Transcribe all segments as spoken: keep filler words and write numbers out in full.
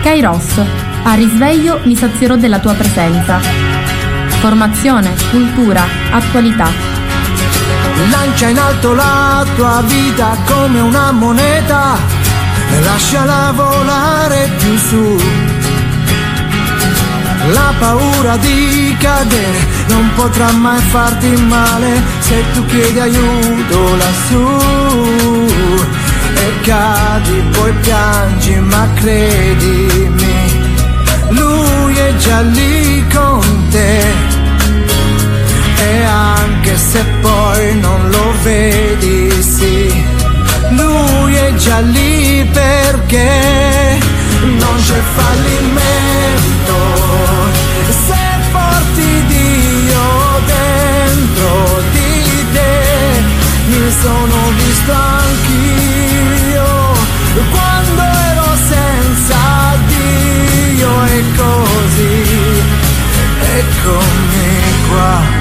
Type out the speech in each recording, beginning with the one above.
Kairos, a risveglio mi sazierò della tua presenza. Formazione, cultura, attualità. Lancia in alto la tua vita come una moneta e lasciala volare più su. La paura di cadere non potrà mai farti male se tu chiedi aiuto lassù. E cadi, poi piangi, ma credimi, lui è già lì con te. E anche se poi non lo vedi, sì, lui è già lì perché non c'è fallimento se porti Dio dentro di te. Mi sono visto anch'io quando ero senza Dio, e così eccomi qua.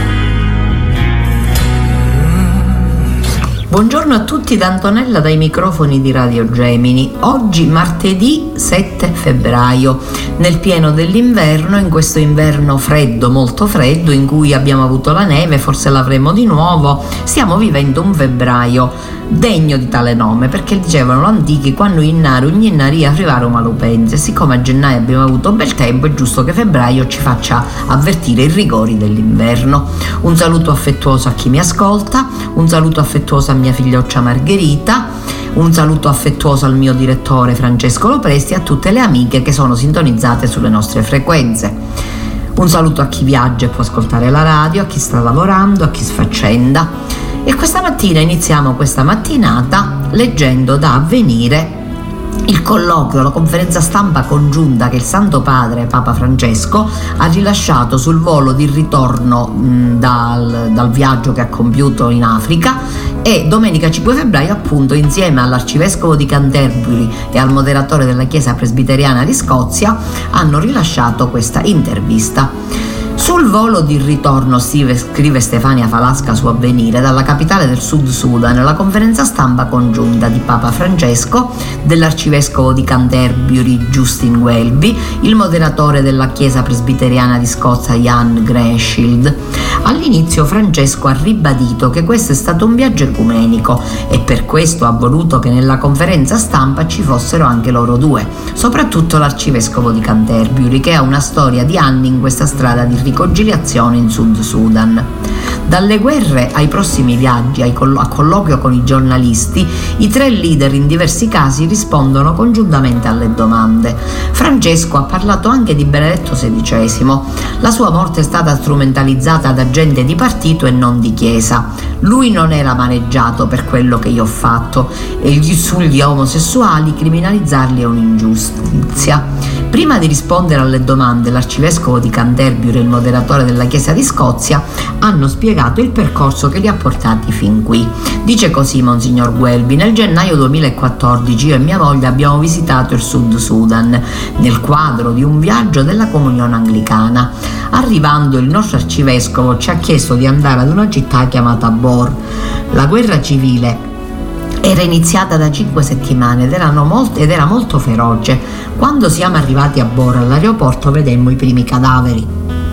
Buongiorno a tutti da Antonella dai microfoni di Radio Gemini. Oggi martedì sette febbraio, nel pieno dell'inverno, in questo inverno freddo, molto freddo, in cui abbiamo avuto la neve, forse l'avremo di nuovo. Stiamo vivendo un febbraio degno di tale nome, perché dicevano gli antichi: quando innari ogni innaria arrivare malupenze. Siccome a gennaio abbiamo avuto bel tempo, è giusto che febbraio ci faccia avvertire i rigori dell'inverno. Un saluto affettuoso a chi mi ascolta, un saluto affettuoso a mia figlioccia Margherita, un saluto affettuoso al mio direttore Francesco Lopresti e a tutte le amiche che sono sintonizzate sulle nostre frequenze. Un saluto a chi viaggia e può ascoltare la radio, a chi sta lavorando, a chi sfaccenda. E questa mattina iniziamo questa mattinata leggendo da Avvenire il colloquio, la conferenza stampa congiunta che il Santo Padre Papa Francesco ha rilasciato sul volo di ritorno mh, dal, dal viaggio che ha compiuto in Africa, e domenica cinque febbraio appunto insieme all'arcivescovo di Canterbury e al moderatore della Chiesa Presbiteriana di Scozia hanno rilasciato questa intervista. Sul volo di ritorno, scrive Stefania Falasca su Avvenire, dalla capitale del Sud Sudan, la conferenza stampa congiunta di Papa Francesco, dell'arcivescovo di Canterbury Justin Welby, il moderatore della Chiesa Presbiteriana di Scozia Jan Greenfield. All'inizio Francesco ha ribadito che questo è stato un viaggio ecumenico e per questo ha voluto che nella conferenza stampa ci fossero anche loro due, soprattutto l'arcivescovo di Canterbury, che ha una storia di anni in questa strada di riconciliazione in Sud Sudan. Dalle guerre ai prossimi viaggi, ai coll- a colloquio con i giornalisti, i tre leader in diversi casi rispondono congiuntamente alle domande. Francesco ha parlato anche di Benedetto sedicesimo. La sua morte è stata strumentalizzata da gente di partito e non di chiesa. Lui non era maneggiato per quello che io ho fatto, e gli, sugli omosessuali criminalizzarli è un'ingiustizia. Prima di rispondere alle domande, l'arcivescovo di Canterbury e il moderatore della Chiesa di Scozia hanno spiegato il percorso che li ha portati fin qui. Dice così Monsignor Welby: nel gennaio duemilaquattordici io e mia moglie abbiamo visitato il Sud Sudan nel quadro di un viaggio della Comunione Anglicana. Arrivando, il nostro arcivescovo ci ha chiesto di andare ad una città chiamata Bor. La guerra civile era iniziata da cinque settimane ed, erano molto, ed era molto feroce. Quando siamo arrivati a Bor, all'aeroporto, vedemmo i primi cadaveri.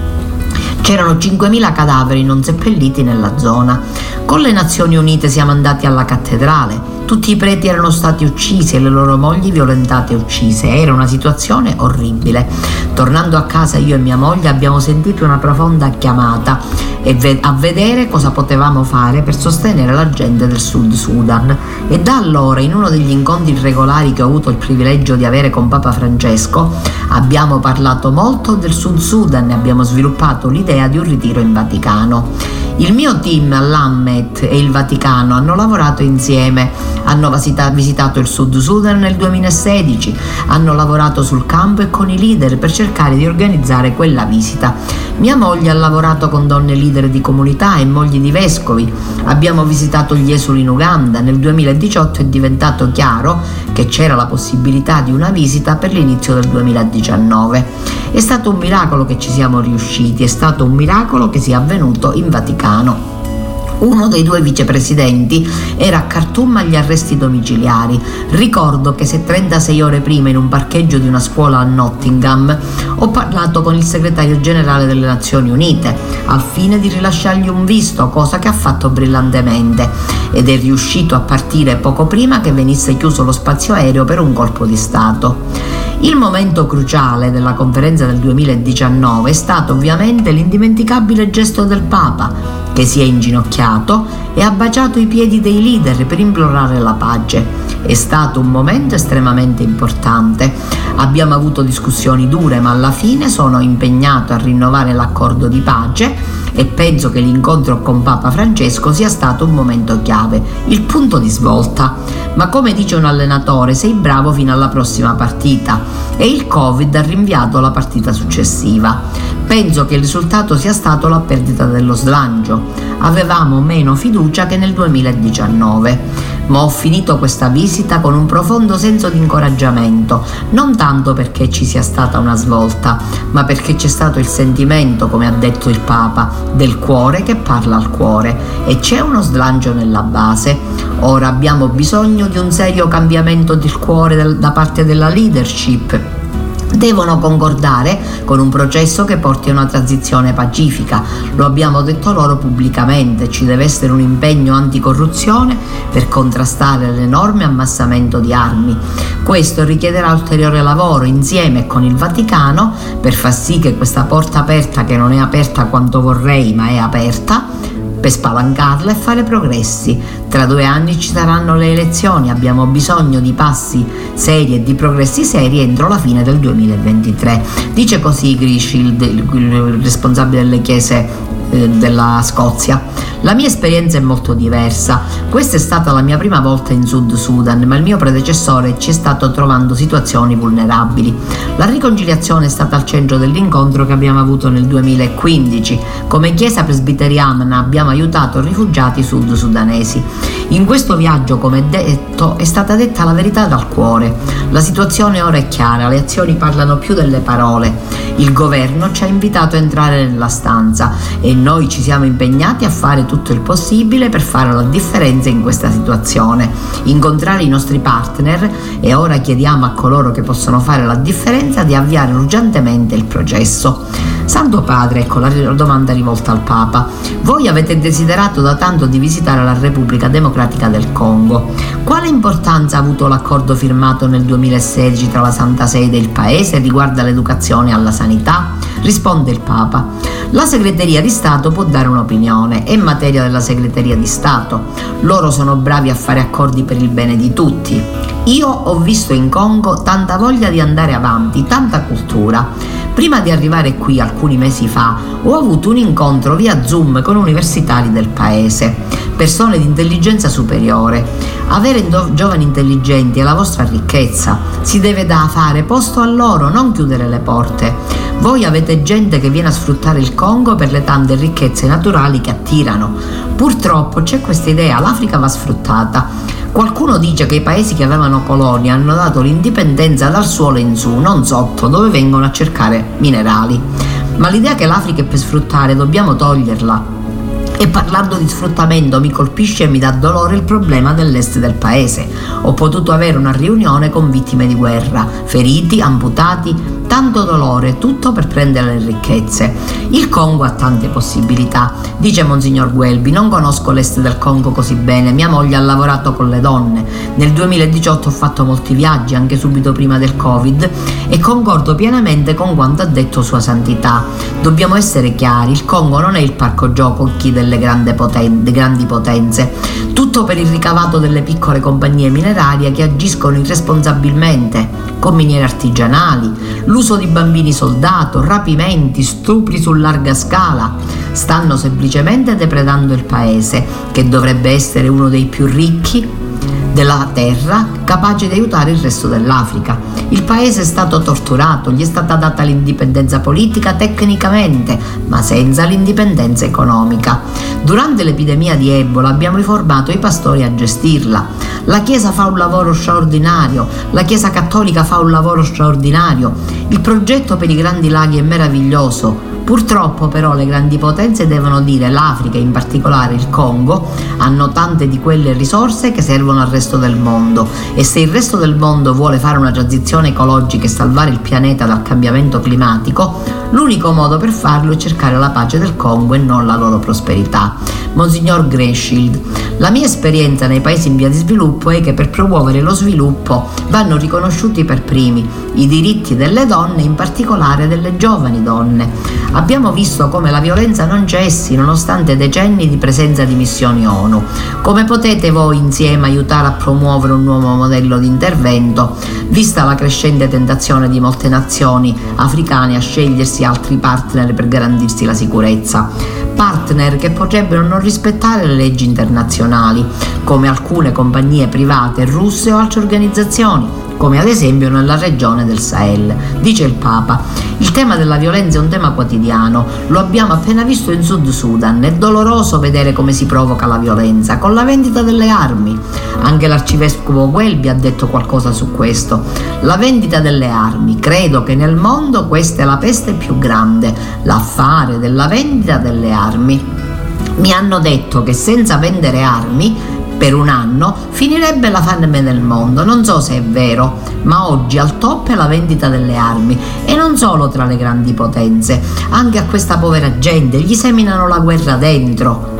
C'erano cinquemila cadaveri non seppelliti nella zona. Con le Nazioni Unite siamo andati alla cattedrale. Tutti i preti erano stati uccisi e le loro mogli violentate e uccise. Era una situazione orribile. Tornando a casa, io e mia moglie abbiamo sentito una profonda chiamata e ve- a vedere cosa potevamo fare per sostenere la gente del Sud Sudan. E da allora, in uno degli incontri regolari che ho avuto il privilegio di avere con Papa Francesco, abbiamo parlato molto del Sud Sudan e abbiamo sviluppato l'idea di un ritiro in Vaticano. Il mio team all'Ammet e il Vaticano hanno lavorato insieme, hanno visita- visitato il Sud Sudan nel duemilasedici, hanno lavorato sul campo e con i leader per cercare di organizzare quella visita. Mia moglie ha lavorato con donne leader di comunità e mogli di vescovi. Abbiamo visitato gli esuli in Uganda. Nel duemiladiciotto è diventato chiaro che c'era la possibilità di una visita per l'inizio del duemiladiciannove. È stato un miracolo che ci siamo riusciti, è stato un miracolo che sia avvenuto in Vaticano. Uno dei due vicepresidenti era a Khartoum agli arresti domiciliari. Ricordo che se trentasei ore prima in un parcheggio di una scuola a Nottingham ho parlato con il segretario generale delle Nazioni Unite al fine di rilasciargli un visto, cosa che ha fatto brillantemente, ed è riuscito a partire poco prima che venisse chiuso lo spazio aereo per un colpo di Stato. Il momento cruciale della conferenza del duemiladiciannove è stato ovviamente l'indimenticabile gesto del Papa, che si è inginocchiato e ha baciato i piedi dei leader per implorare la pace. È stato un momento estremamente importante. Abbiamo avuto discussioni dure, ma alla fine sono impegnato a rinnovare l'accordo di pace e penso che l'incontro con Papa Francesco sia stato un momento chiave, il punto di svolta. Ma come dice un allenatore, sei bravo fino alla prossima partita, e il Covid ha rinviato la partita successiva. Penso che il risultato sia stato la perdita dello slancio. Avevamo meno fiducia che nel duemiladiciannove. Ma ho finito questa visita con un profondo senso di incoraggiamento, non tanto perché ci sia stata una svolta, ma perché c'è stato il sentimento, come ha detto il Papa, del cuore che parla al cuore, e c'è uno slancio nella base. Ora abbiamo bisogno di un serio cambiamento del cuore del, da parte della leadership. Devono concordare con un processo che porti a una transizione pacifica. Lo abbiamo detto loro pubblicamente, ci deve essere un impegno anticorruzione per contrastare l'enorme ammassamento di armi. Questo richiederà ulteriore lavoro insieme con il Vaticano per far sì che questa porta aperta, che non è aperta quanto vorrei ma è aperta, per spalancarla e fare progressi. Tra due anni ci saranno le elezioni, abbiamo bisogno di passi seri e di progressi seri entro la fine del duemilaventitré. Dice così Grishild, il responsabile delle chiese della Scozia. La mia esperienza è molto diversa. Questa è stata la mia prima volta in Sud Sudan, ma il mio predecessore ci è stato trovando situazioni vulnerabili. La riconciliazione è stata al centro dell'incontro che abbiamo avuto nel duemilaquindici. Come Chiesa Presbiteriana abbiamo aiutato rifugiati sud-sudanesi. In questo viaggio, come detto, è stata detta la verità dal cuore. La situazione ora è chiara, le azioni parlano più delle parole. Il governo ci ha invitato a entrare nella stanza e noi ci siamo impegnati a fare tutto il possibile per fare la differenza in questa situazione, incontrare i nostri partner, e ora chiediamo a coloro che possono fare la differenza di avviare urgentemente il processo. Santo Padre, ecco la domanda rivolta al Papa. Voi avete desiderato da tanto di visitare la Repubblica Democratica del Congo. Quale importanza ha avuto l'accordo firmato nel duemilasedici tra la Santa Sede e il Paese riguardo all'educazione e alla sanità? Risponde il Papa. La Segreteria di Stato può dare un'opinione, è materia della Segreteria di Stato. Loro sono bravi a fare accordi per il bene di tutti. Io ho visto in Congo tanta voglia di andare avanti, tanta cultura. Prima di arrivare qui alcuni mesi fa ho avuto un incontro via Zoom con universitari del paese, persone di intelligenza superiore. Avere giovani intelligenti è la vostra ricchezza, si deve da fare posto a loro, non chiudere le porte. Voi avete gente che viene a sfruttare il Congo per le tante ricchezze naturali che attirano. Purtroppo c'è questa idea, l'Africa va sfruttata. Qualcuno dice che i paesi che avevano colonie hanno dato l'indipendenza dal suolo in su, non sotto, dove vengono a cercare minerali. Ma l'idea che l'Africa è per sfruttare dobbiamo toglierla. E parlando di sfruttamento mi colpisce e mi dà dolore il problema dell'est del paese. Ho potuto avere una riunione con vittime di guerra, feriti, amputati, tanto dolore, tutto per prendere le ricchezze. Il Congo ha tante possibilità, dice Monsignor Guelbi. Non conosco l'est del Congo così bene, mia moglie ha lavorato con le donne. Nel duemiladiciotto ho fatto molti viaggi, anche subito prima del Covid, e concordo pienamente con quanto ha detto Sua Santità. Dobbiamo essere chiari, il Congo non è il parco giochi delle grandi, poten- grandi potenze, tutto per il ricavato delle piccole compagnie minerarie che agiscono irresponsabilmente, con miniere artigianali, l'uso di bambini soldato, rapimenti, stupri su larga scala. Stanno semplicemente depredando il paese, che dovrebbe essere uno dei più ricchi della terra, capace di aiutare il resto dell'Africa. Il paese è stato torturato, gli è stata data l'indipendenza politica tecnicamente, ma senza l'indipendenza economica. Durante l'epidemia di Ebola abbiamo riformato i pastori a gestirla. La Chiesa fa un lavoro straordinario, la Chiesa Cattolica fa un lavoro straordinario. Il progetto per i Grandi Laghi è meraviglioso. Purtroppo però le grandi potenze devono dire l'Africa, in particolare il Congo, hanno tante di quelle risorse che servono al resto del mondo, e se il resto del mondo vuole fare una transizione ecologica e salvare il pianeta dal cambiamento climatico, l'unico modo per farlo è cercare la pace del Congo e non la loro prosperità. Monsignor Grayshield: la mia esperienza nei paesi in via di sviluppo è che per promuovere lo sviluppo vanno riconosciuti per primi i diritti delle donne, in particolare delle giovani donne. Abbiamo visto come la violenza non cessi nonostante decenni di presenza di missioni ONU. Come potete voi insieme aiutare a promuovere un nuovo modello di intervento, vista la crescente tentazione di molte nazioni africane a scegliersi altri partner per garantirsi la sicurezza? Partner che potrebbero non rispettare le leggi internazionali, come alcune compagnie private russe o altre organizzazioni, come ad esempio nella regione del Sahel. Dice il Papa: il tema della violenza è un tema quotidiano, lo abbiamo appena visto in Sud Sudan, è doloroso vedere come si provoca la violenza, con la vendita delle armi. Anche l'arcivescovo Welby ha detto qualcosa su questo. La vendita delle armi, credo che nel mondo questa è la peste più grande, l'affare della vendita delle armi. Mi hanno detto che senza vendere armi per un anno finirebbe la fame nel mondo. Non so se è vero, ma oggi al top è la vendita delle armi, e non solo tra le grandi potenze, anche a questa povera gente gli seminano la guerra dentro.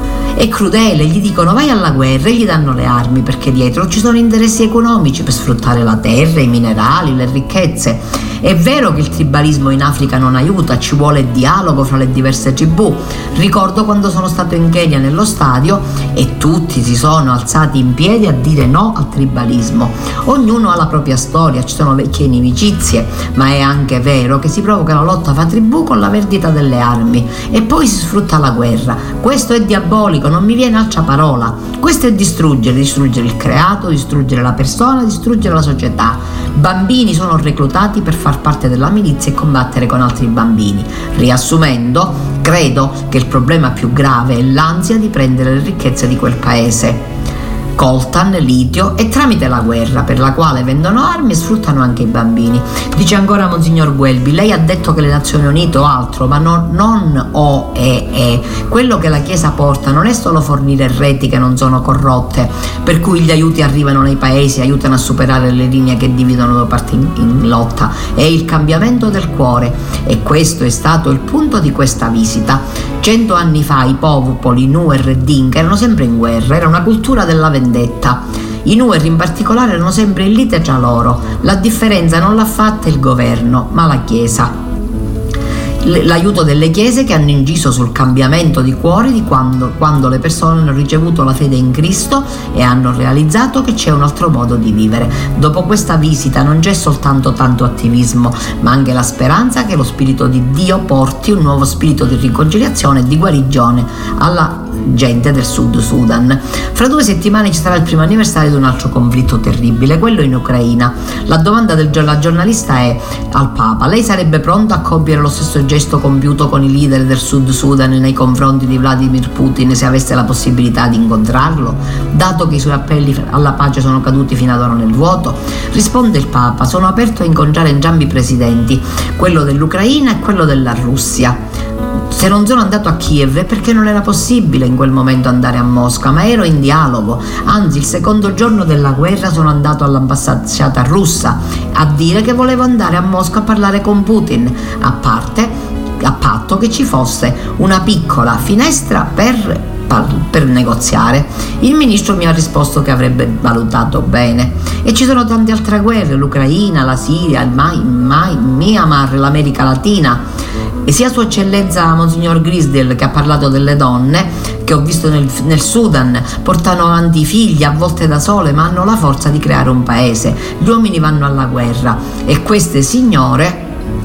È crudele, gli dicono vai alla guerra e gli danno le armi perché dietro ci sono interessi economici per sfruttare la terra, i minerali, le ricchezze. È vero che il tribalismo in Africa non aiuta, ci vuole dialogo fra le diverse tribù. Ricordo quando sono stato in Kenya nello stadio e tutti si sono alzati in piedi a dire no al tribalismo. Ognuno ha la propria storia, ci sono vecchie inimicizie, ma è anche vero che si provoca la lotta fra tribù con la vendita delle armi e poi si sfrutta la guerra. Questo è diabolico, non mi viene altra parola. Questo è distruggere, distruggere il creato, distruggere la persona, distruggere la società. Bambini sono reclutati per far parte della milizia e combattere con altri bambini. Riassumendo, credo che il problema più grave è l'ansia di prendere le ricchezze di quel paese, coltan, litio, e tramite la guerra, per la quale vendono armi e sfruttano anche i bambini. Dice ancora Monsignor Welby: lei ha detto che le Nazioni Unite o altro, ma non, non O E E. Quello che la Chiesa porta non è solo fornire reti che non sono corrotte, per cui gli aiuti arrivano nei paesi, aiutano a superare le linee che dividono due parti in, in lotta, è il cambiamento del cuore, e questo è stato il punto di questa visita. Cento anni fa i popoli Nuer e Dinka erano sempre in guerra, era una cultura della vendetta. I Nuer in particolare erano sempre in lite tra loro. La differenza non l'ha fatta il governo, ma la Chiesa. L'aiuto delle chiese che hanno inciso sul cambiamento di cuore di quando, quando le persone hanno ricevuto la fede in Cristo e hanno realizzato che c'è un altro modo di vivere. Dopo questa visita non c'è soltanto tanto attivismo, ma anche la speranza che lo Spirito di Dio porti un nuovo spirito di riconciliazione e di guarigione alla gente del Sud Sudan. Fra due settimane ci sarà il primo anniversario di un altro conflitto terribile, quello in Ucraina. La domanda della giornalista è al Papa: lei sarebbe pronto a compiere lo stesso gesto compiuto con i leader del Sud Sudan nei confronti di Vladimir Putin se avesse la possibilità di incontrarlo, dato che i suoi appelli alla pace sono caduti fino ad ora nel vuoto? Risponde il Papa: sono aperto a incontrare entrambi i presidenti, quello dell'Ucraina e quello della Russia. Se non sono andato a Kiev è perché non era possibile in quel momento andare a Mosca, ma ero in dialogo. Anzi, il secondo giorno della guerra sono andato all'ambasciata russa a dire che volevo andare a Mosca a parlare con Putin, a parte, a patto che ci fosse una piccola finestra per per negoziare. Il ministro mi ha risposto che avrebbe valutato bene. E ci sono tante altre guerre: l'Ucraina, la Siria, il Myanmar, l'America Latina. E sia Sua Eccellenza Monsignor Grisdale, che ha parlato delle donne che ho visto nel, nel Sudan, portano avanti i figli a volte da sole, ma hanno la forza di creare un paese. Gli uomini vanno alla guerra e queste signore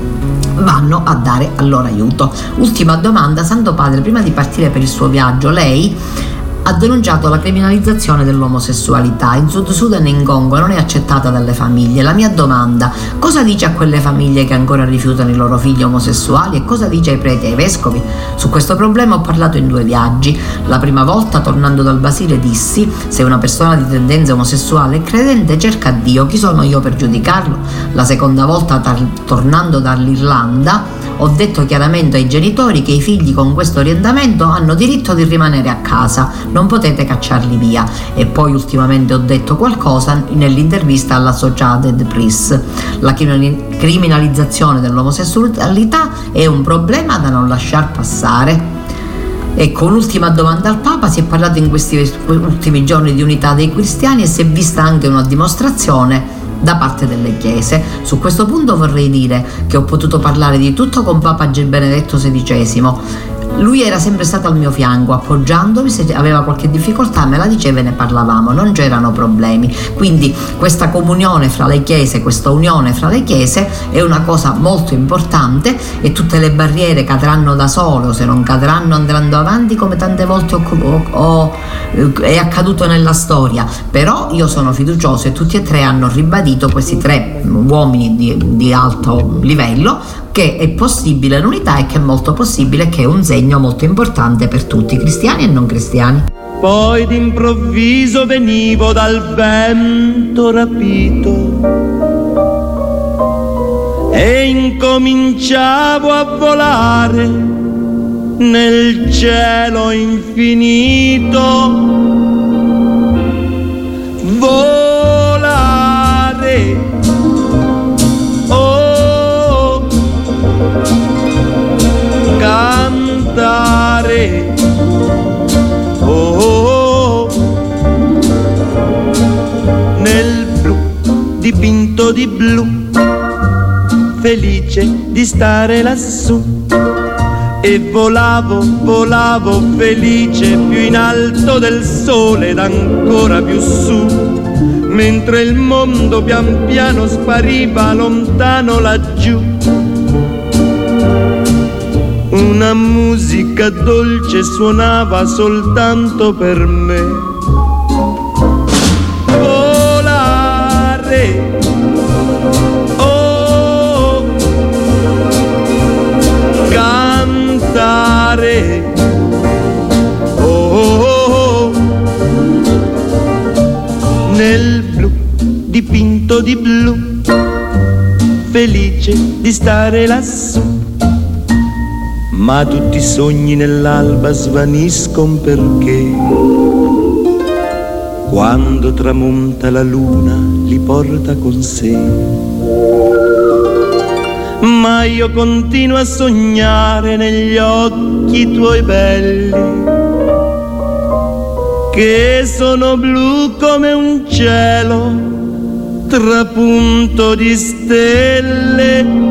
vanno a dare al loro aiuto. Ultima domanda: Santo Padre, prima di partire per il suo viaggio, lei ha denunciato la criminalizzazione dell'omosessualità in Sud Sudan e in Congo, non è accettata dalle famiglie. La mia domanda: cosa dice a quelle famiglie che ancora rifiutano i loro figli omosessuali, e cosa dice ai preti e ai vescovi? Su questo problema ho parlato in due viaggi. La prima volta, tornando dal Basile, dissi: se una persona di tendenza omosessuale è credente, cerca Dio, chi sono io per giudicarlo? La seconda volta, tar- tornando dall'Irlanda, ho detto chiaramente ai genitori che i figli con questo orientamento hanno diritto di rimanere a casa, non potete cacciarli via. E poi ultimamente ho detto qualcosa nell'intervista all'Associated Press. La criminalizzazione dell'omosessualità è un problema da non lasciar passare. Ecco, un'ultima domanda al Papa. Si è parlato in questi ultimi giorni di unità dei cristiani e si è vista anche una dimostrazione da parte delle chiese. Su questo punto vorrei dire che ho potuto parlare di tutto con Papa Benedetto sedicesimo. Lui era sempre stato al mio fianco, appoggiandomi, se aveva qualche difficoltà me la diceva e ne parlavamo, non c'erano problemi. Quindi questa comunione fra le chiese, questa unione fra le chiese è una cosa molto importante, e tutte le barriere cadranno da sole, o se non cadranno andranno avanti, come tante volte ho, ho, ho, è accaduto nella storia. Però io sono fiducioso, e tutti e tre hanno ribadito, questi tre uomini di, di alto livello, che è possibile l'unità e che è molto possibile, che è un segno molto importante per tutti, cristiani e non cristiani. Poi d'improvviso venivo dal vento rapito e incominciavo a volare nel cielo infinito. Volare, cantare, oh, oh, oh, nel blu dipinto di blu, felice di stare lassù. E volavo, volavo felice più in alto del sole ed ancora più su, mentre il mondo pian piano spariva lontano laggiù. Una musica dolce suonava soltanto per me. Volare, oh, cantare, oh, oh, oh, nel blu dipinto di blu, felice di stare lassù. Ma tutti i sogni nell'alba svaniscono, perché quando tramonta la luna li porta con sé. Ma io continuo a sognare negli occhi tuoi belli, che sono blu come un cielo trapunto di stelle.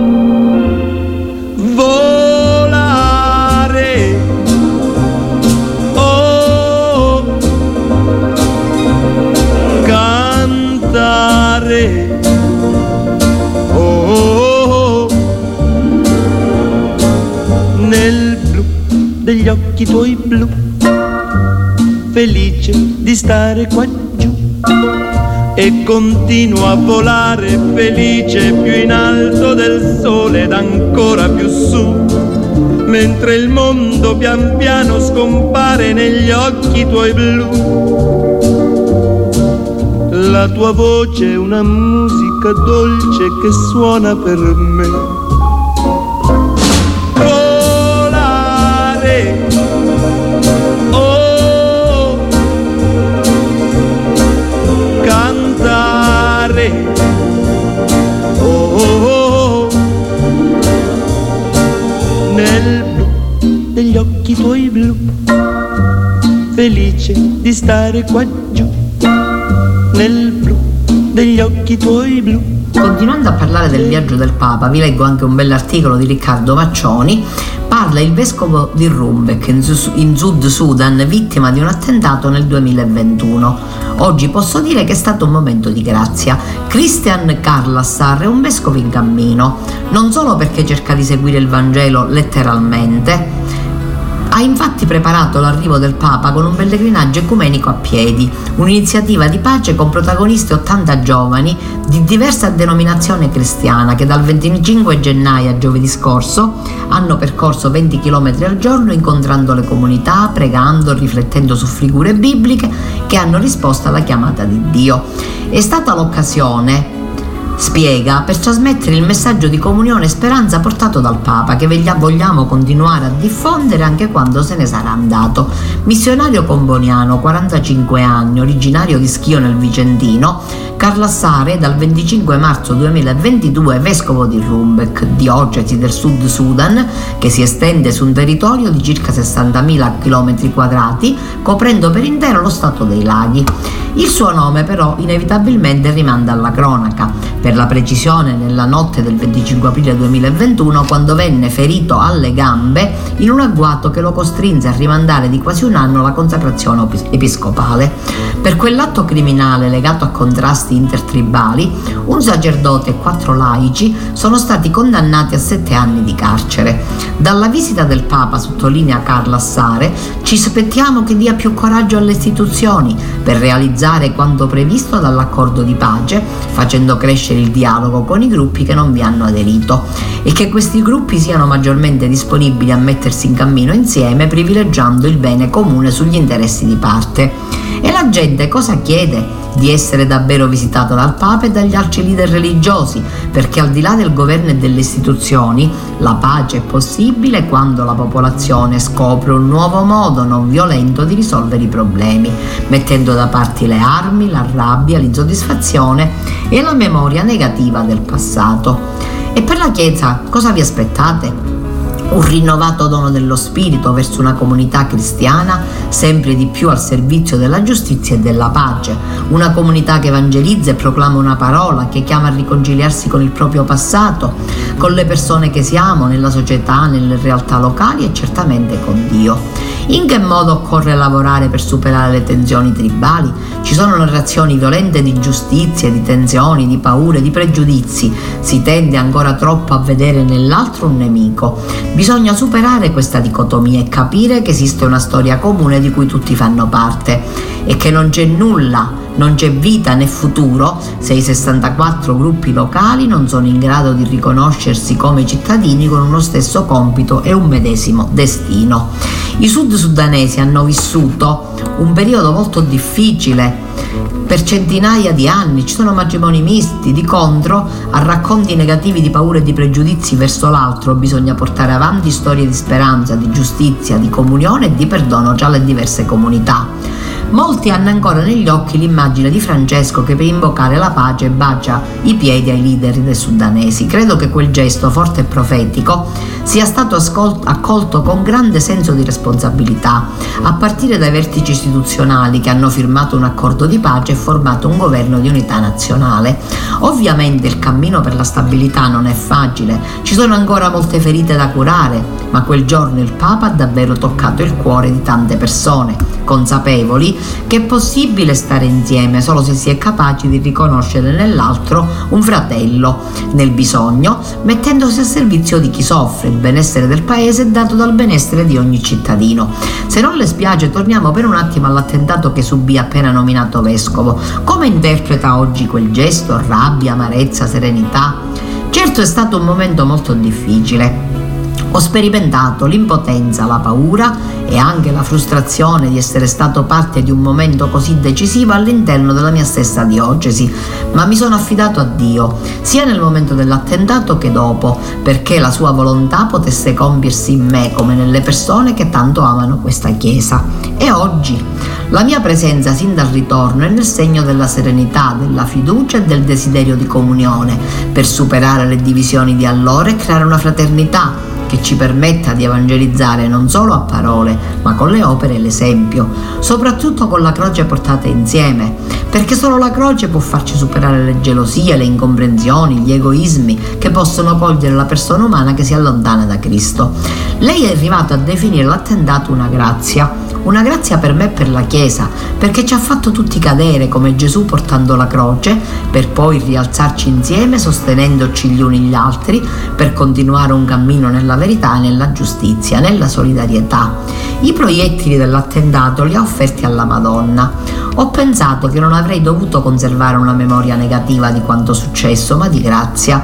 Oh, nel blu degli occhi tuoi blu, felice di stare qua giù, e continuo a volare felice più in alto del sole ed ancora più su, mentre il mondo pian piano scompare negli occhi tuoi blu. La tua voce è una musica dolce che suona per me. Volare, oh, cantare, oh, oh, oh, nel blu degli occhi tuoi blu, felice di stare qua giù, nel blu degli occhi tuoi blu. Continuando a parlare del viaggio del Papa, vi leggo anche un bell'articolo di Riccardo Maccioni. Parla il vescovo di Rumbek in Sud Sudan, vittima di un attentato nel duemilaventuno. Oggi posso dire che è stato un momento di grazia. Christian Karlassar è un vescovo in cammino, non solo perché cerca di seguire il Vangelo letteralmente. Ha infatti preparato l'arrivo del Papa con un pellegrinaggio ecumenico a piedi, un'iniziativa di pace con protagonisti ottanta giovani di diversa denominazione cristiana che dal venticinque gennaio a giovedì scorso hanno percorso venti chilometri al giorno, incontrando le comunità, pregando, riflettendo su figure bibliche che hanno risposto alla chiamata di Dio. È stata l'occasione Spiega per trasmettere il messaggio di comunione e speranza portato dal Papa, che vogliamo continuare a diffondere anche quando se ne sarà andato. Missionario comboniano, quarantacinque anni, originario di Schio nel Vicentino, Carlassare dal venticinque marzo duemilaventidue vescovo di Rumbek, diocesi del Sud Sudan, che si estende su un territorio di circa sessantamila chilometri quadrati, coprendo per intero lo stato dei laghi. Il suo nome però inevitabilmente rimanda alla cronaca, per la precisione nella notte del venticinque aprile duemilaventuno, quando venne ferito alle gambe in un agguato che lo costrinse a rimandare di quasi un anno la consacrazione episcopale. Per quell'atto criminale legato a contrasti intertribali, un sacerdote e quattro laici sono stati condannati a sette anni di carcere. Dalla visita del Papa, sottolinea Carlassare, ci aspettiamo che dia più coraggio alle istituzioni per realizzare quanto previsto dall'accordo di pace, facendo crescere il dialogo con i gruppi che non vi hanno aderito, e che questi gruppi siano maggiormente disponibili a mettersi in cammino insieme, privilegiando il bene comune sugli interessi di parte. E la gente cosa chiede? Di essere davvero visitato dal Papa e dagli altri leader religiosi, perché al di là del governo e delle istituzioni, la pace è possibile quando la popolazione scopre un nuovo modo non violento di risolvere i problemi, mettendo da parte le armi, la rabbia, l'insoddisfazione e la memoria negativa del passato. E per la Chiesa cosa vi aspettate? Un rinnovato dono dello spirito verso una comunità cristiana sempre di più al servizio della giustizia e della pace, una comunità che evangelizza e proclama una parola, che chiama a riconciliarsi con il proprio passato, con le persone che siamo, nella società, nelle realtà locali e certamente con Dio. In che modo occorre lavorare per superare le tensioni tribali? Ci sono narrazioni violente di giustizia, di tensioni, di paure, di pregiudizi. Si tende ancora troppo a vedere nell'altro un nemico. Bisogna superare questa dicotomia e capire che esiste una storia comune di cui tutti fanno parte e che non c'è nulla, non c'è vita né futuro se i sessantaquattro gruppi locali non sono in grado di riconoscersi come cittadini con uno stesso compito e un medesimo destino. I sud sudanesi hanno vissuto un periodo molto difficile per centinaia di anni, ci sono matrimoni misti. Di contro, a racconti negativi di paure e di pregiudizi verso l'altro bisogna portare avanti storie di speranza, di giustizia, di comunione e di perdono tra le diverse comunità. Molti hanno ancora negli occhi l'immagine di Francesco che per invocare la pace bacia i piedi ai leader dei sudanesi. Credo che quel gesto forte e profetico sia stato ascolt- accolto con grande senso di responsabilità, a partire dai vertici istituzionali che hanno firmato un accordo di pace e formato un governo di unità nazionale. Ovviamente il cammino per la stabilità non è facile, ci sono ancora molte ferite da curare, ma quel giorno il Papa ha davvero toccato il cuore di tante persone, consapevoli che è possibile stare insieme solo se si è capaci di riconoscere nell'altro un fratello nel bisogno, mettendosi a servizio di chi soffre. Il benessere del paese è dato dal benessere di ogni cittadino. Se non le spiace, torniamo per un attimo all'attentato che subì appena nominato vescovo. Come interpreta oggi quel gesto? Rabbia, amarezza, serenità? Certo, è stato un momento molto difficile. Ho sperimentato l'impotenza, la paura e anche la frustrazione di essere stato parte di un momento così decisivo all'interno della mia stessa diocesi, ma mi sono affidato a Dio, sia nel momento dell'attentato che dopo, perché la sua volontà potesse compiersi in me come nelle persone che tanto amano questa Chiesa. E oggi la mia presenza sin dal ritorno è nel segno della serenità, della fiducia e del desiderio di comunione, per superare le divisioni di allora e creare una fraternità che ci permetta di evangelizzare non solo a parole, ma con le opere e l'esempio, soprattutto con la croce portata insieme, perché solo la croce può farci superare le gelosie, le incomprensioni, gli egoismi che possono cogliere la persona umana che si allontana da Cristo. Lei è arrivato a definire l'attentato una grazia, una grazia per me e per la Chiesa, perché ci ha fatto tutti cadere come Gesù portando la croce, per poi rialzarci insieme sostenendoci gli uni gli altri, per continuare un cammino nella verità, nella giustizia, nella solidarietà. I proiettili dell'attentato li ha offerti alla Madonna. Ho pensato che non avrei dovuto conservare una memoria negativa di quanto successo, ma di grazia,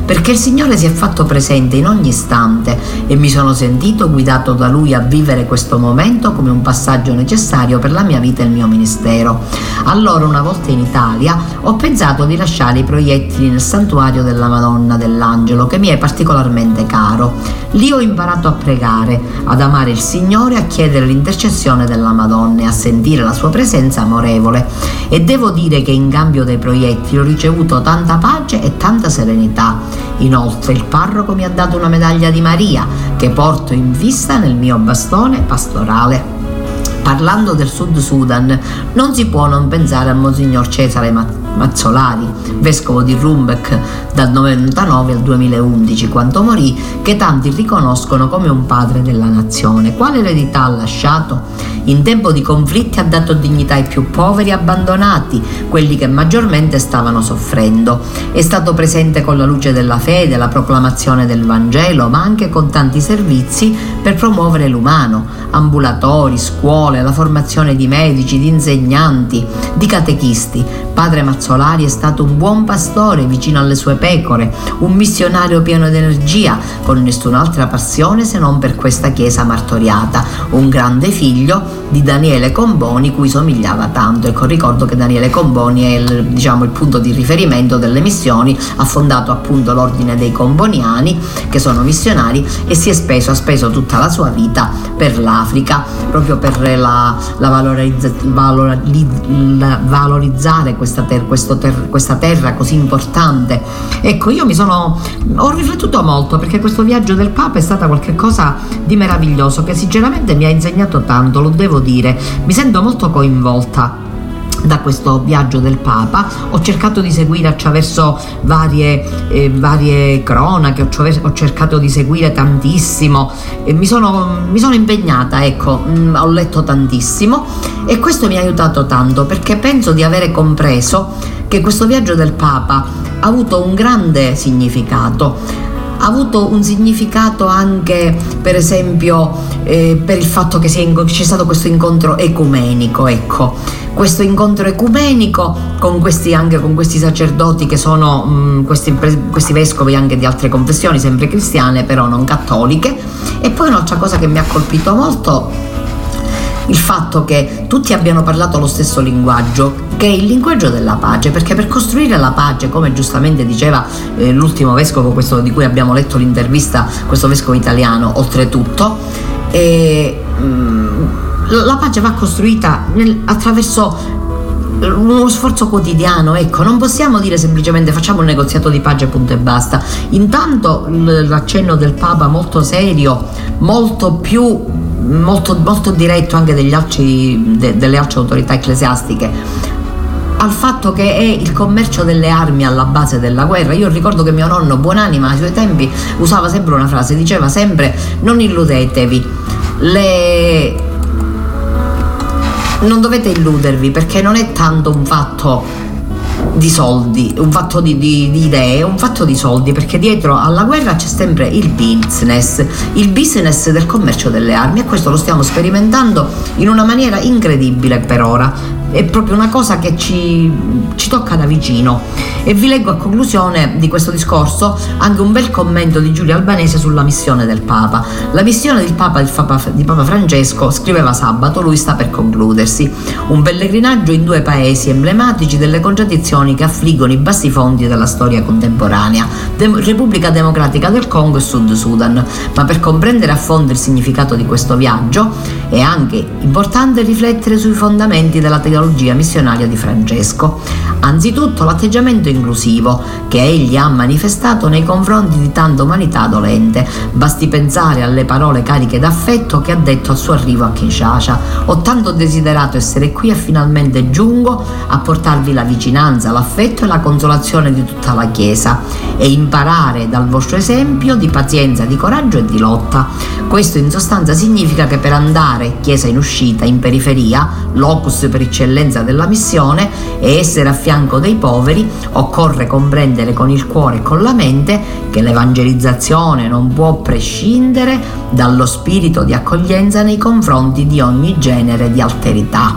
perché il Signore si è fatto presente in ogni istante e mi sono sentito guidato da Lui a vivere questo momento come un passaggio necessario per la mia vita e il mio ministero. Allora, una volta in Italia, ho pensato di lasciare i proiettili nel santuario della Madonna dell'Angelo, che mi è particolarmente caro. Lì ho imparato a pregare, ad amare il Signore, a chiedere l'intercessione della Madonna e a sentire la sua presenza amorevole. E devo dire che in cambio dei proiettili ho ricevuto tanta pace e tanta serenità. Inoltre il parroco mi ha dato una medaglia di Maria che porto in vista nel mio bastone pastorale. Parlando del Sud Sudan, non si può non pensare a Monsignor Cesare Mazzolari, vescovo di Rumbek dal novantanove al duemilaundici, quando morì, che tanti riconoscono come un padre della nazione. Quale eredità ha lasciato? In tempo di conflitti ha dato dignità ai più poveri e abbandonati, quelli che maggiormente stavano soffrendo. È stato presente con la luce della fede, la proclamazione del Vangelo, ma anche con tanti servizi per promuovere l'umano, ambulatori, scuole, la formazione di medici, di insegnanti, di catechisti. Padre Mazzolari è stato un buon pastore vicino alle sue pecore, un missionario pieno di energia, con nessun'altra passione se non per questa chiesa martoriata, un grande figlio di Daniele Comboni, cui somigliava tanto. Ecco, ricordo che Daniele Comboni è il, diciamo, il punto di riferimento delle missioni, ha fondato appunto l'ordine dei Comboniani, che sono missionari, e si è speso, ha speso tutta la sua vita per l'Africa, proprio per la, la, valorizza, valori, la valorizzare questa, ter, questo ter, questa terra così importante. Ecco, io mi sono ho riflettuto molto, perché questo viaggio del Papa è stata qualcosa di meraviglioso, che sinceramente mi ha insegnato tanto, lo devo dire. Mi sento molto coinvolta da questo viaggio del Papa. Ho cercato di seguire attraverso varie, eh, varie cronache, ho, ho cercato di seguire tantissimo e mi sono, mi sono impegnata, ecco, mh, ho letto tantissimo e questo mi ha aiutato tanto, perché penso di avere compreso che questo viaggio del Papa ha avuto un grande significato. Ha avuto un significato anche, per esempio, eh, per il fatto che c'è stato questo incontro ecumenico, ecco, questo incontro ecumenico con questi, anche con questi sacerdoti che sono mh, questi, questi vescovi anche di altre confessioni, sempre cristiane, però non cattoliche. E poi un'altra cosa che mi ha colpito molto, il fatto che tutti abbiano parlato lo stesso linguaggio, che è il linguaggio della pace, perché per costruire la pace, come giustamente diceva eh, l'ultimo vescovo, questo di cui abbiamo letto l'intervista, questo vescovo italiano, oltretutto, eh, mh, la pace va costruita nel, attraverso uno sforzo quotidiano, ecco, non possiamo dire semplicemente facciamo un negoziato di pace punto e basta. Intanto l'accenno del Papa molto serio, molto più molto, molto diretto anche degli altri, de, delle altre autorità ecclesiastiche, al fatto che è il commercio delle armi alla base della guerra. Io ricordo che mio nonno, buonanima, ai suoi tempi usava sempre una frase, diceva sempre: non illudetevi, le... non dovete illudervi, perché non è tanto un fatto di soldi, un fatto di, di, di idee, è un fatto di soldi, perché dietro alla guerra c'è sempre il business, il business del commercio delle armi, e questo lo stiamo sperimentando in una maniera incredibile per ora. È proprio una cosa che ci, ci tocca da vicino. E vi leggo a conclusione di questo discorso anche un bel commento di Giulia Albanese sulla missione del Papa. La missione del Papa, di Papa, di Papa Francesco, scriveva sabato, lui sta per concludersi. Un pellegrinaggio in due paesi emblematici delle contraddizioni che affliggono i bassi fondi della storia contemporanea, Dem- Repubblica Democratica del Congo e Sud Sudan. Ma per comprendere a fondo il significato di questo viaggio è anche importante riflettere sui fondamenti della teologia missionaria di Francesco. Anzitutto l'atteggiamento inclusivo che egli ha manifestato nei confronti di tanta umanità dolente. Basti pensare alle parole cariche d'affetto che ha detto al suo arrivo a Kinshasa: ho tanto desiderato essere qui e finalmente giungo a portarvi la vicinanza, l'affetto e la consolazione di tutta la Chiesa e imparare dal vostro esempio di pazienza, di coraggio e di lotta. Questo in sostanza significa che per andare, Chiesa in uscita, in periferia, locus per eccellenza della missione, e essere a fianco dei poveri, occorre comprendere con il cuore e con la mente che l'evangelizzazione non può prescindere dallo spirito di accoglienza nei confronti di ogni genere di alterità.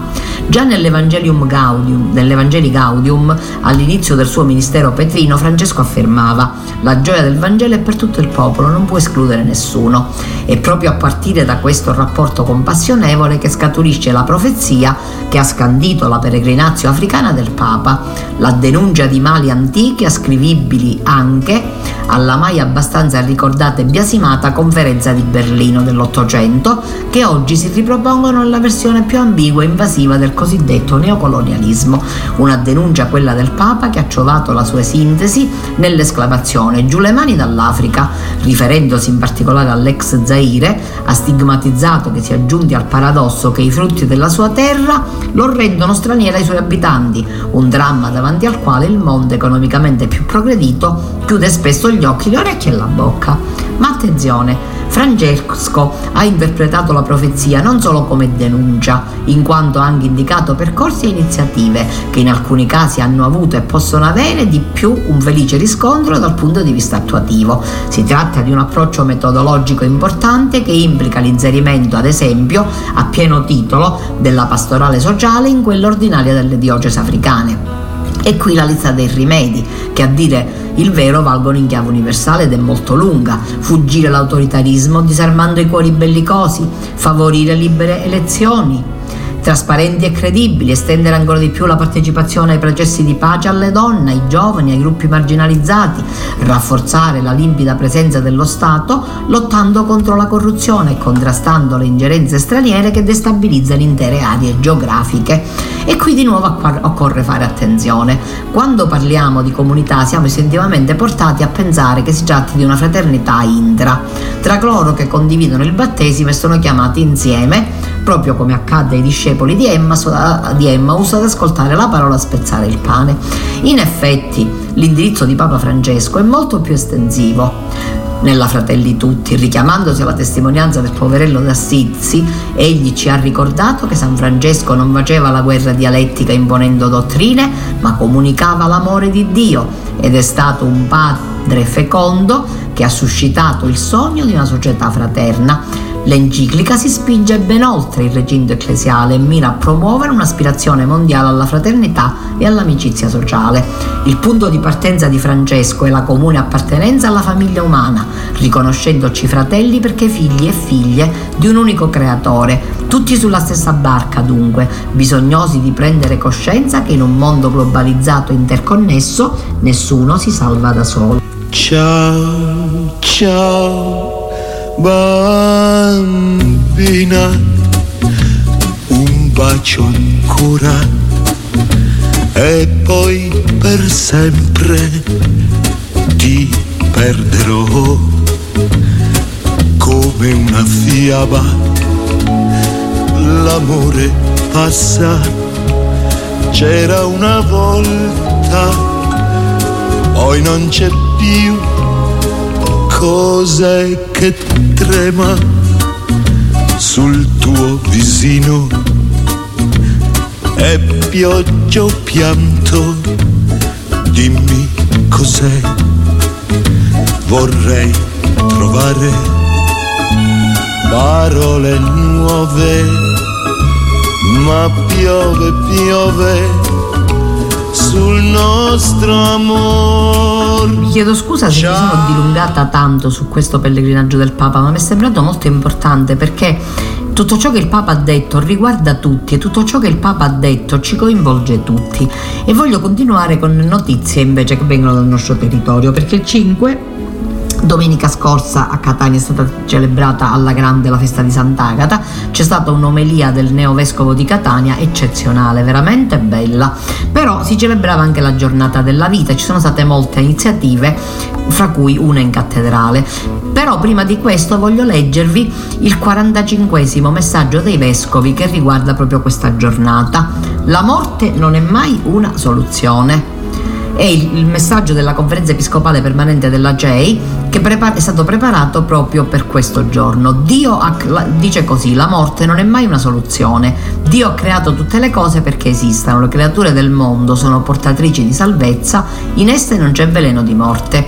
Già nell'Evangelium Gaudium, nell'Evangeli Gaudium, all'inizio del suo ministero petrino, Francesco affermava: la gioia del Vangelo è per tutto il popolo, non può escludere nessuno. È proprio a partire da questo rapporto compassionevole che scaturisce la profezia che ha scandito la peregrinazio africana del Papa, la denuncia di mali antichi ascrivibili anche alla mai abbastanza ricordata e biasimata conferenza di Berlino dell'Ottocento, che oggi si ripropongono nella versione più ambigua e invasiva del cosiddetto neocolonialismo, una denuncia, quella del Papa, che ha trovato la sua sintesi nell'esclamazione "giù le mani dall'Africa", riferendosi in particolare all'ex Zaire, ha stigmatizzato che si è giunti al paradosso che i frutti della sua terra lo rendono straniero ai suoi abitanti, un dramma davanti al quale il mondo economicamente più progredito chiude spesso gli occhi, le orecchie e la bocca. Ma attenzione, Francesco ha interpretato la profezia non solo come denuncia, in quanto ha anche indicato percorsi e iniziative che in alcuni casi hanno avuto e possono avere di più un felice riscontro dal punto di vista attuativo. Si tratta di un approccio metodologico importante che implica l'inserimento, ad esempio, a pieno titolo della pastorale sociale in quella ordinaria delle diocesi africane. E qui la lista dei rimedi, che a dire il vero valgono in chiave universale ed è molto lunga: fuggire l'autoritarismo disarmando i cuori bellicosi, favorire libere elezioni trasparenti e credibili, estendere ancora di più la partecipazione ai processi di pace alle donne, ai giovani, ai gruppi marginalizzati, rafforzare la limpida presenza dello Stato lottando contro la corruzione e contrastando le ingerenze straniere che destabilizzano intere aree geografiche. E qui di nuovo occorre fare attenzione. Quando parliamo di comunità siamo istintivamente portati a pensare che si tratti di una fraternità intra, tra coloro che condividono il battesimo e sono chiamati insieme, proprio come accadde ai discepoli di Emmaus, di Emmaus ad ascoltare la parola, a spezzare il pane. In effetti l'indirizzo di Papa Francesco è molto più estensivo. Nella Fratelli Tutti, richiamandosi alla testimonianza del poverello d'Assisi, egli ci ha ricordato che San Francesco non faceva la guerra dialettica imponendo dottrine, ma comunicava l'amore di Dio, ed è stato un padre fecondo che ha suscitato il sogno di una società fraterna. L'enciclica si spinge ben oltre il recinto ecclesiale e mira a promuovere un'aspirazione mondiale alla fraternità e all'amicizia sociale. Il punto di partenza di Francesco è la comune appartenenza alla famiglia umana, riconoscendoci fratelli perché figli e figlie di un unico creatore, tutti sulla stessa barca dunque, bisognosi di prendere coscienza che in un mondo globalizzato e interconnesso nessuno si salva da solo. Ciao, ciao bambina, un bacio ancora e poi per sempre ti perderò. Come una fiaba l'amore passa, c'era una volta, poi non c'è più. Cos'è che trema sul tuo visino? È pioggia o pianto? Dimmi cos'è. Vorrei trovare parole nuove, ma piove, piove sul nostro amor. Mi chiedo scusa se mi sono dilungata tanto su questo pellegrinaggio del Papa, ma mi è sembrato molto importante perché tutto ciò che il Papa ha detto riguarda tutti e tutto ciò che il Papa ha detto ci coinvolge tutti. E voglio continuare con notizie invece che vengono dal nostro territorio, perché il cinque domenica scorsa a Catania è stata celebrata alla grande la festa di Sant'Agata. C'è stata un'omelia del neovescovo di Catania eccezionale, veramente bella. Però si celebrava anche la giornata della vita, ci sono state molte iniziative, fra cui una in cattedrale. Però prima di questo voglio leggervi il quarantacinquesimo messaggio dei vescovi che riguarda proprio questa giornata. La morte non è mai una soluzione. È il, il messaggio della conferenza episcopale permanente della J E I che prepar- è stato preparato proprio per questo giorno. Dio ha, la, dice così: la morte non è mai una soluzione. Dio ha creato tutte le cose perché esistano. Le creature del mondo sono portatrici di salvezza, in esse non c'è veleno di morte.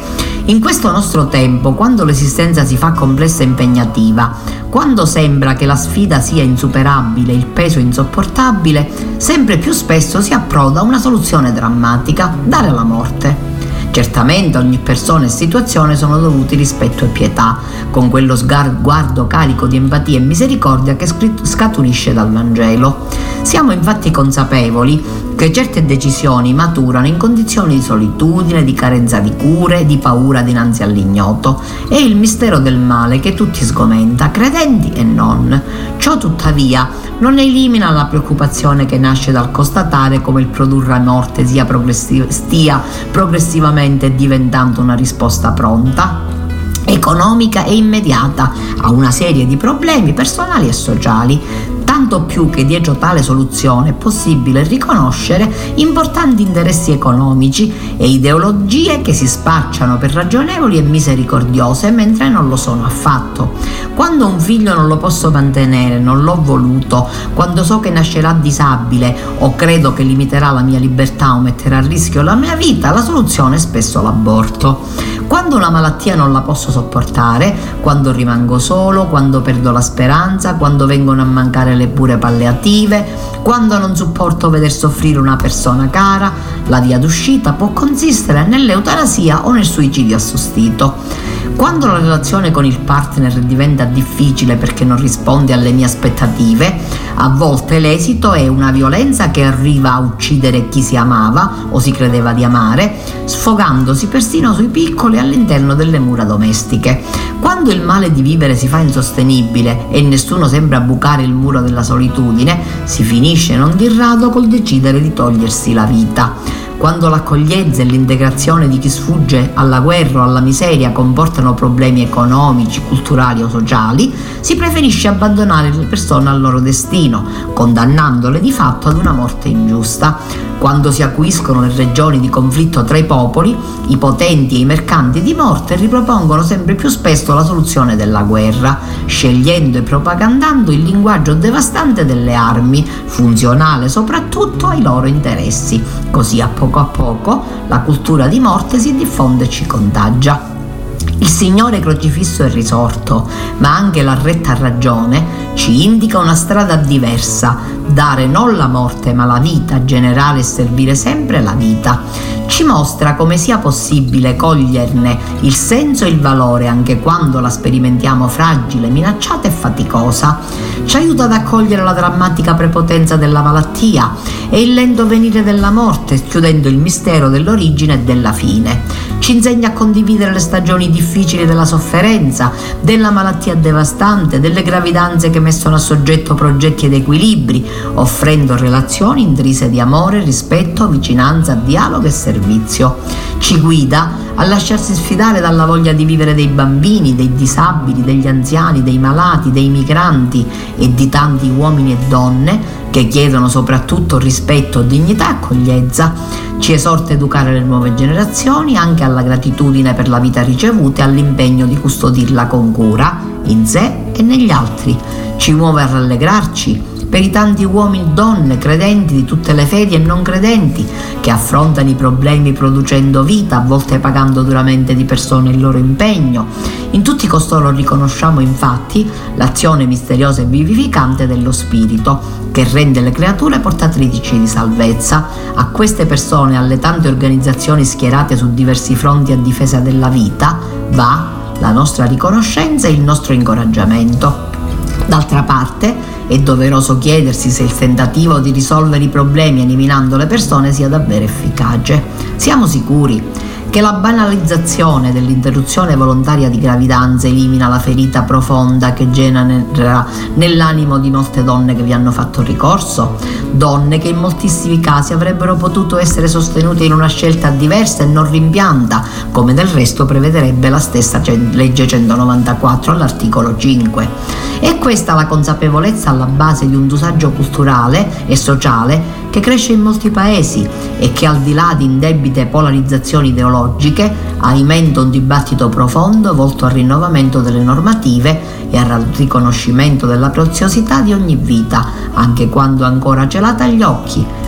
In questo nostro tempo, quando l'esistenza si fa complessa e impegnativa, quando sembra che la sfida sia insuperabile, il peso insopportabile, sempre più spesso si approda a una soluzione drammatica: dare la morte. Certamente ogni persona e situazione sono dovuti rispetto e pietà, con quello sguardo carico di empatia e misericordia che scaturisce dal Vangelo. Siamo infatti consapevoli che certe decisioni maturano in condizioni di solitudine, di carenza di cure, di paura dinanzi all'ignoto. È il mistero del male che tutti sgomenta, credenti e non. Ciò tuttavia non elimina la preoccupazione che nasce dal constatare come il produrre morte sia progressiv- stia progressivamente diventando una risposta pronta, economica e immediata a una serie di problemi personali e sociali, tanto più che dietro tale soluzione è possibile riconoscere importanti interessi economici e ideologie che si spacciano per ragionevoli e misericordiose mentre non lo sono affatto. Quando un figlio non lo posso mantenere, non l'ho voluto, quando so che nascerà disabile o credo che limiterà la mia libertà o metterà a rischio la mia vita, la soluzione è spesso l'aborto. Quando una malattia non la posso sopportare, quando rimango solo, quando perdo la speranza, quando vengono a mancare le cure palliative, quando non sopporto veder soffrire una persona cara, la via d'uscita può consistere nell'eutanasia o nel suicidio assistito. Quando la relazione con il partner diventa difficile perché non risponde alle mie aspettative, a volte l'esito è una violenza che arriva a uccidere chi si amava o si credeva di amare, sfogandosi persino sui piccoli all'interno delle mura domestiche. Quando il male di vivere si fa insostenibile e nessuno sembra bucare il muro della solitudine, si finisce non di rado col decidere di togliersi la vita. Quando l'accoglienza e l'integrazione di chi sfugge alla guerra o alla miseria comportano problemi economici, culturali o sociali, si preferisce abbandonare le persone al loro destino, condannandole di fatto ad una morte ingiusta. Quando si acuiscono le regioni di conflitto tra i popoli, i potenti e i mercanti di morte ripropongono sempre più spesso la soluzione della guerra, scegliendo e propagandando il linguaggio devastante delle armi, funzionale soprattutto ai loro interessi. Così a poco a poco la cultura di morte si diffonde e ci contagia. Il Signore crocifisso è risorto, ma anche la retta ragione ci indica una strada diversa: dare non la morte ma la vita, generare e servire sempre la vita. Ci mostra come sia possibile coglierne il senso e il valore anche quando la sperimentiamo fragile, minacciata e faticosa. Ci aiuta ad accogliere la drammatica prepotenza della malattia e il lento venire della morte, chiudendo il mistero dell'origine e della fine. Ci insegna a condividere le stagioni difficili della sofferenza, della malattia devastante, delle gravidanze che mettono a soggetto progetti ed equilibri, offrendo relazioni intrise di amore, rispetto, vicinanza, dialogo e servizio. Ci guida a lasciarsi sfidare dalla voglia di vivere dei bambini, dei disabili, degli anziani, dei malati, dei migranti e di tanti uomini e donne che chiedono soprattutto rispetto, dignità e accoglienza. Ci esorta a educare le nuove generazioni anche alla gratitudine per la vita ricevuta e all'impegno di custodirla con cura in sé e negli altri. Ci muove a rallegrarci per i tanti uomini e donne, credenti di tutte le fedi e non credenti, che affrontano i problemi producendo vita, a volte pagando duramente di persone il loro impegno. In tutti costoro riconosciamo infatti l'azione misteriosa e vivificante dello Spirito, che rende le creature portatrici di salvezza. A queste persone e alle tante organizzazioni schierate su diversi fronti a difesa della vita va la nostra riconoscenza e il nostro incoraggiamento. D'altra parte, è doveroso chiedersi se il tentativo di risolvere i problemi eliminando le persone sia davvero efficace. Siamo sicuri che la banalizzazione dell'interruzione volontaria di gravidanza elimina la ferita profonda che genera nell'animo di molte donne che vi hanno fatto ricorso, donne che in moltissimi casi avrebbero potuto essere sostenute in una scelta diversa e non rimpianta, come del resto prevederebbe la stessa legge centonovantaquattro all'articolo cinque. È questa la consapevolezza alla base di un dosaggio culturale e sociale che cresce in molti paesi e che, al di là di indebite polarizzazioni ideologiche, alimenta un dibattito profondo volto al rinnovamento delle normative e al riconoscimento della preziosità di ogni vita, anche quando ancora celata agli occhi.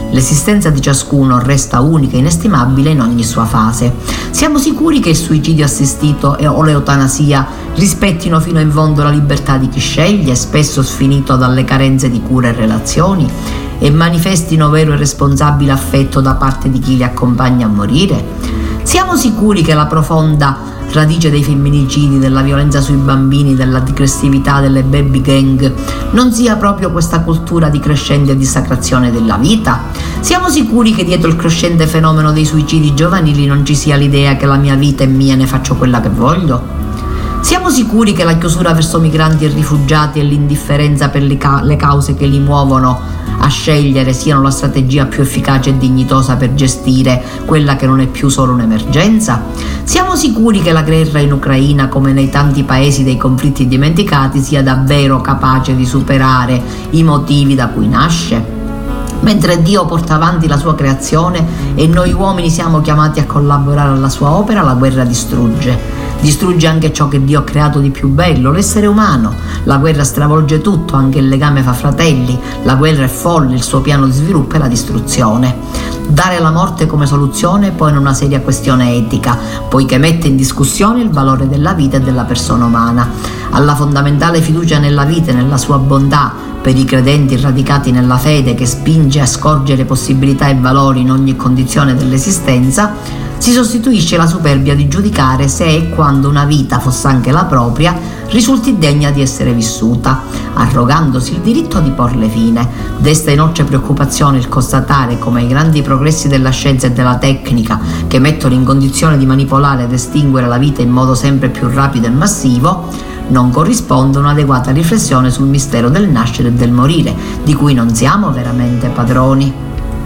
L'esistenza di ciascuno resta unica e inestimabile in ogni sua fase. Siamo sicuri che il suicidio assistito o l'eutanasia rispettino fino in fondo la libertà di chi sceglie, spesso sfinito dalle carenze di cure e relazioni, e manifestino vero e responsabile affetto da parte di chi li accompagna a morire? Siamo sicuri che la profonda radice dei femminicidi, della violenza sui bambini, dell'aggressività, delle baby gang non sia proprio questa cultura di crescente dissacrazione della vita? Siamo sicuri che dietro il crescente fenomeno dei suicidi giovanili non ci sia l'idea che la mia vita è mia e ne faccio quella che voglio? Siamo sicuri che la chiusura verso migranti e rifugiati e l'indifferenza per le, ca- le cause che li muovono a scegliere siano la strategia più efficace e dignitosa per gestire quella che non è più solo un'emergenza? Siamo sicuri che la guerra in Ucraina, come nei tanti paesi dei conflitti dimenticati, sia davvero capace di superare i motivi da cui nasce? Mentre Dio porta avanti la sua creazione e noi uomini siamo chiamati a collaborare alla sua opera, la guerra distrugge. Distrugge anche ciò che Dio ha creato di più bello, l'essere umano. La guerra stravolge tutto, anche il legame fra fratelli. La guerra è folle, il suo piano di sviluppo è la distruzione. Dare la morte come soluzione poi è una seria questione etica, poiché mette in discussione il valore della vita e della persona umana. Alla fondamentale fiducia nella vita e nella sua bontà, per i credenti radicati nella fede che spinge a scorgere possibilità e valori in ogni condizione dell'esistenza, si sostituisce la superbia di giudicare se e quando una vita, fosse anche la propria, risulti degna di essere vissuta, arrogandosi il diritto di porle fine. Desta inoltre preoccupazione il constatare come i grandi progressi della scienza e della tecnica, che mettono in condizione di manipolare ed estinguere la vita in modo sempre più rapido e massivo, non corrisponde un'adeguata riflessione sul mistero del nascere e del morire, di cui non siamo veramente padroni.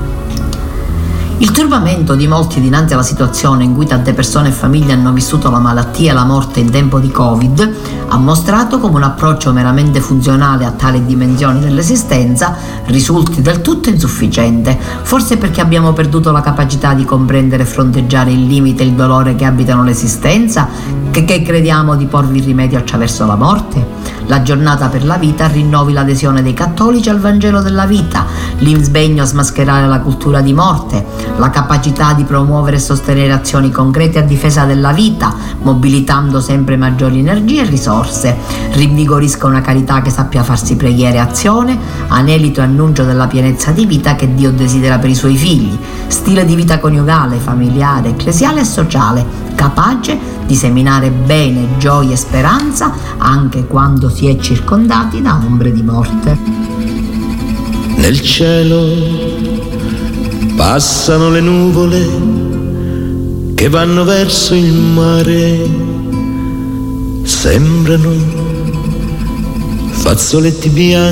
Il turbamento di molti dinanzi alla situazione in cui tante persone e famiglie hanno vissuto la malattia e la morte in tempo di Covid ha mostrato come un approccio meramente funzionale a tali dimensioni dell'esistenza risulti del tutto insufficiente, forse perché abbiamo perduto la capacità di comprendere e fronteggiare il limite e il dolore che abitano l'esistenza, che, che crediamo di porvi rimedio attraverso la morte. La giornata per la vita rinnovi l'adesione dei cattolici al Vangelo della vita, l'impegno a smascherare la cultura di morte, la capacità di promuovere e sostenere azioni concrete a difesa della vita, mobilitando sempre maggiori energie e risorse. Rinvigorisca una carità che sappia farsi preghiera e azione, anelito e annuncio della pienezza di vita che Dio desidera per i suoi figli, stile di vita coniugale, familiare, ecclesiale e sociale, capace di seminare bene, gioia e speranza anche quando si è circondati da ombre di morte. Nel cielo passano le nuvole che vanno verso il mare, sembrano fazzoletti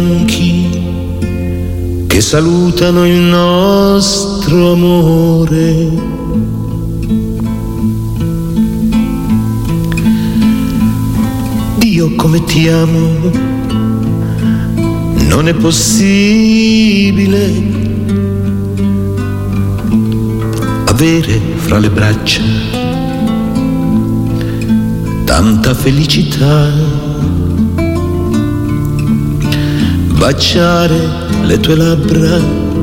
bianchi che salutano il nostro amore. Dio, come ti amo, non è possibile avere fra le braccia tanta felicità, baciare le tue labbra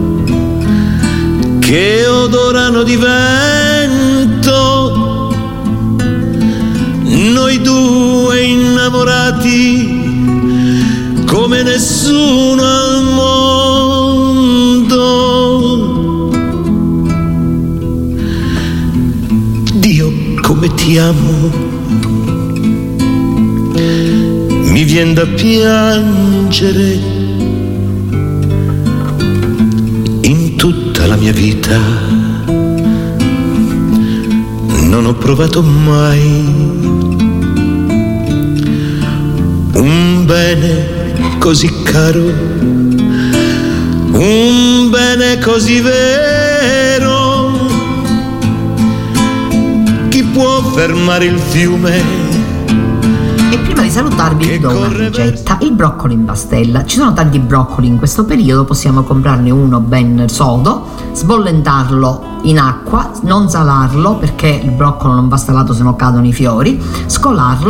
che odorano di vento, noi due innamorati come nessuno al mondo. Dio, come ti amo, mi vien da piangere. In tutta la mia vita non ho provato mai un bene così caro, un bene così vero. Chi può fermare il fiume? E prima di salutarvi vi do una ricetta: il broccoli in pastella. Ci sono tanti broccoli in questo periodo, possiamo comprarne uno ben sodo, sbollentarlo in acqua, non salarlo perché il broccolo non va salato se no cadono i fiori, scolarlo,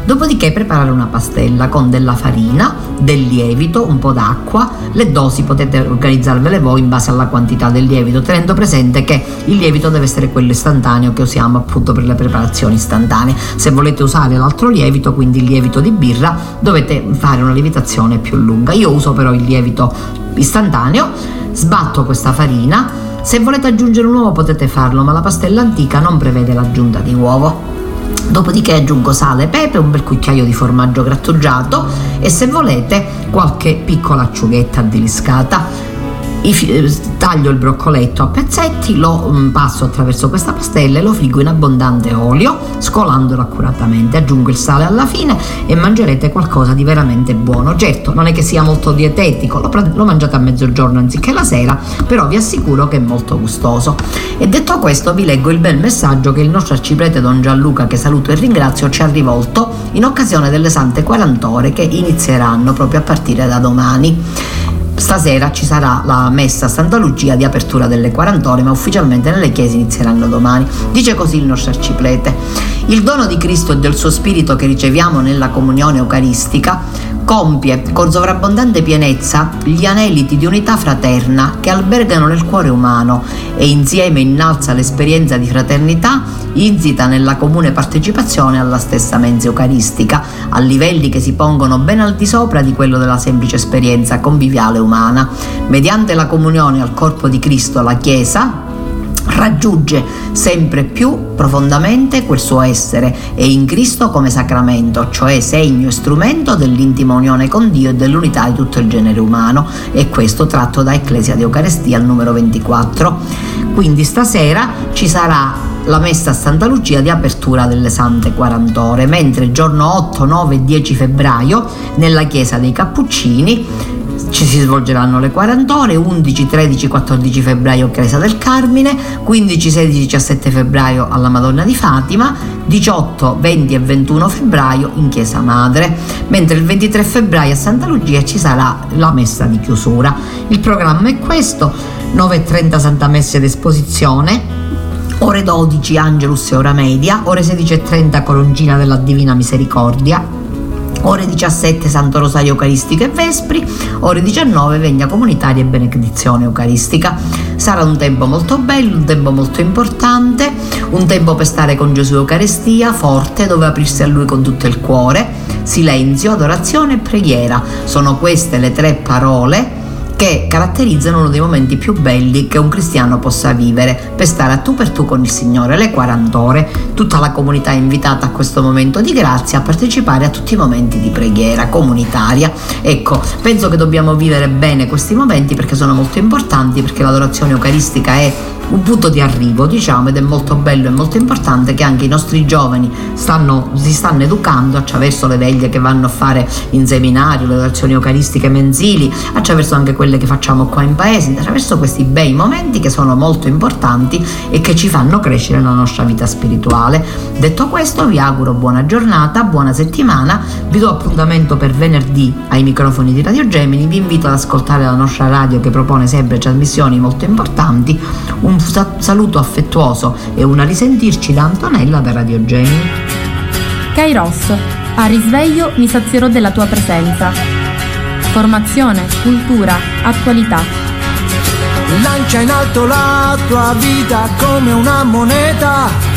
Dopodiché preparare una pastella con della farina, del lievito, un po' d'acqua. Le dosi potete organizzarvele voi in base alla quantità del lievito, tenendo presente che il lievito deve essere quello istantaneo che usiamo appunto per le preparazioni istantanee. Se volete usare l'altro lievito, quindi il lievito di birra, dovete fare una lievitazione più lunga. Io uso però il lievito istantaneo. Sbatto questa farina. Se volete aggiungere un uovo potete farlo, ma la pastella antica non prevede l'aggiunta di uovo. Dopodiché aggiungo sale, pepe, un bel cucchiaio di formaggio grattugiato e, se volete, qualche piccola acciughetta diliscata. Taglio il broccoletto a pezzetti, lo passo attraverso questa pastella e lo frigo in abbondante olio, scolandolo accuratamente. Aggiungo il sale alla fine e mangerete qualcosa di veramente buono. Certo, non è che sia molto dietetico, lo, lo mangiate a mezzogiorno anziché la sera, però vi assicuro che è molto gustoso. E detto questo, vi leggo il bel messaggio che il nostro arciprete Don Gianluca, che saluto e ringrazio, ci ha rivolto in occasione delle Sante quarant'ore che inizieranno proprio a partire da domani. Stasera ci sarà la messa a Santa Lucia di apertura delle quarant'ore, ma ufficialmente nelle chiese inizieranno domani. Dice così il nostro arciprete: il dono di Cristo e del suo Spirito che riceviamo nella comunione eucaristica compie con sovrabbondante pienezza gli aneliti di unità fraterna che albergano nel cuore umano e insieme innalza l'esperienza di fraternità insita nella comune partecipazione alla stessa mensa eucaristica, a livelli che si pongono ben al di sopra di quello della semplice esperienza conviviale umana. Mediante la comunione al corpo di Cristo, la Chiesa raggiunge sempre più profondamente quel suo essere e in Cristo come sacramento, cioè segno e strumento dell'intima unione con Dio e dell'unità di tutto il genere umano. E questo tratto da Ecclesia di Eucaristia al numero ventiquattro. Quindi stasera ci sarà la messa a Santa Lucia di apertura delle Sante quarant'ore, mentre il giorno otto, nove e dieci febbraio nella chiesa dei Cappuccini ci si svolgeranno le quarant'ore, undici, tredici, quattordici febbraio Chiesa del Carmine, quindici, sedici, diciassette febbraio alla Madonna di Fatima, diciotto, venti e ventuno febbraio in Chiesa Madre, mentre il ventitré febbraio a Santa Lucia ci sarà la messa di chiusura. Il programma è questo: nove e trenta Santa Messa d'Esposizione, ore dodici Angelus e ora media, ore sedici e trenta Colongina della Divina Misericordia, ore diciassette Santo Rosario Eucaristico e Vespri, ore diciannove Vegna Comunitaria e Benedizione Eucaristica. Sarà un tempo molto bello, un tempo molto importante, un tempo per stare con Gesù Eucaristia, forte, dove aprirsi a Lui con tutto il cuore. Silenzio, adorazione e preghiera. Sono queste le tre parole che caratterizzano uno dei momenti più belli che un cristiano possa vivere, per stare a tu per tu con il Signore, le quarant'ore. Tutta la comunità è invitata a questo momento di grazia a partecipare a tutti i momenti di preghiera comunitaria. Ecco, penso che dobbiamo vivere bene questi momenti perché sono molto importanti, perché l'adorazione eucaristica è un punto di arrivo, diciamo, ed è molto bello e molto importante che anche i nostri giovani stanno, si stanno educando attraverso le veglie che vanno a fare in seminario, le adorazioni eucaristiche mensili, attraverso anche quelle che facciamo qua in paese, attraverso questi bei momenti che sono molto importanti e che ci fanno crescere nella nostra vita spirituale. Detto questo, vi auguro buona giornata, buona settimana, vi do appuntamento per venerdì ai microfoni di Radio Gemini, vi invito ad ascoltare la nostra radio che propone sempre trasmissioni molto importanti. Un saluto affettuoso e una risentirci da Antonella da Radio Gemini. Kairos, a risveglio mi sazierò della tua presenza. Formazione, cultura, attualità. Lancia in alto la tua vita come una moneta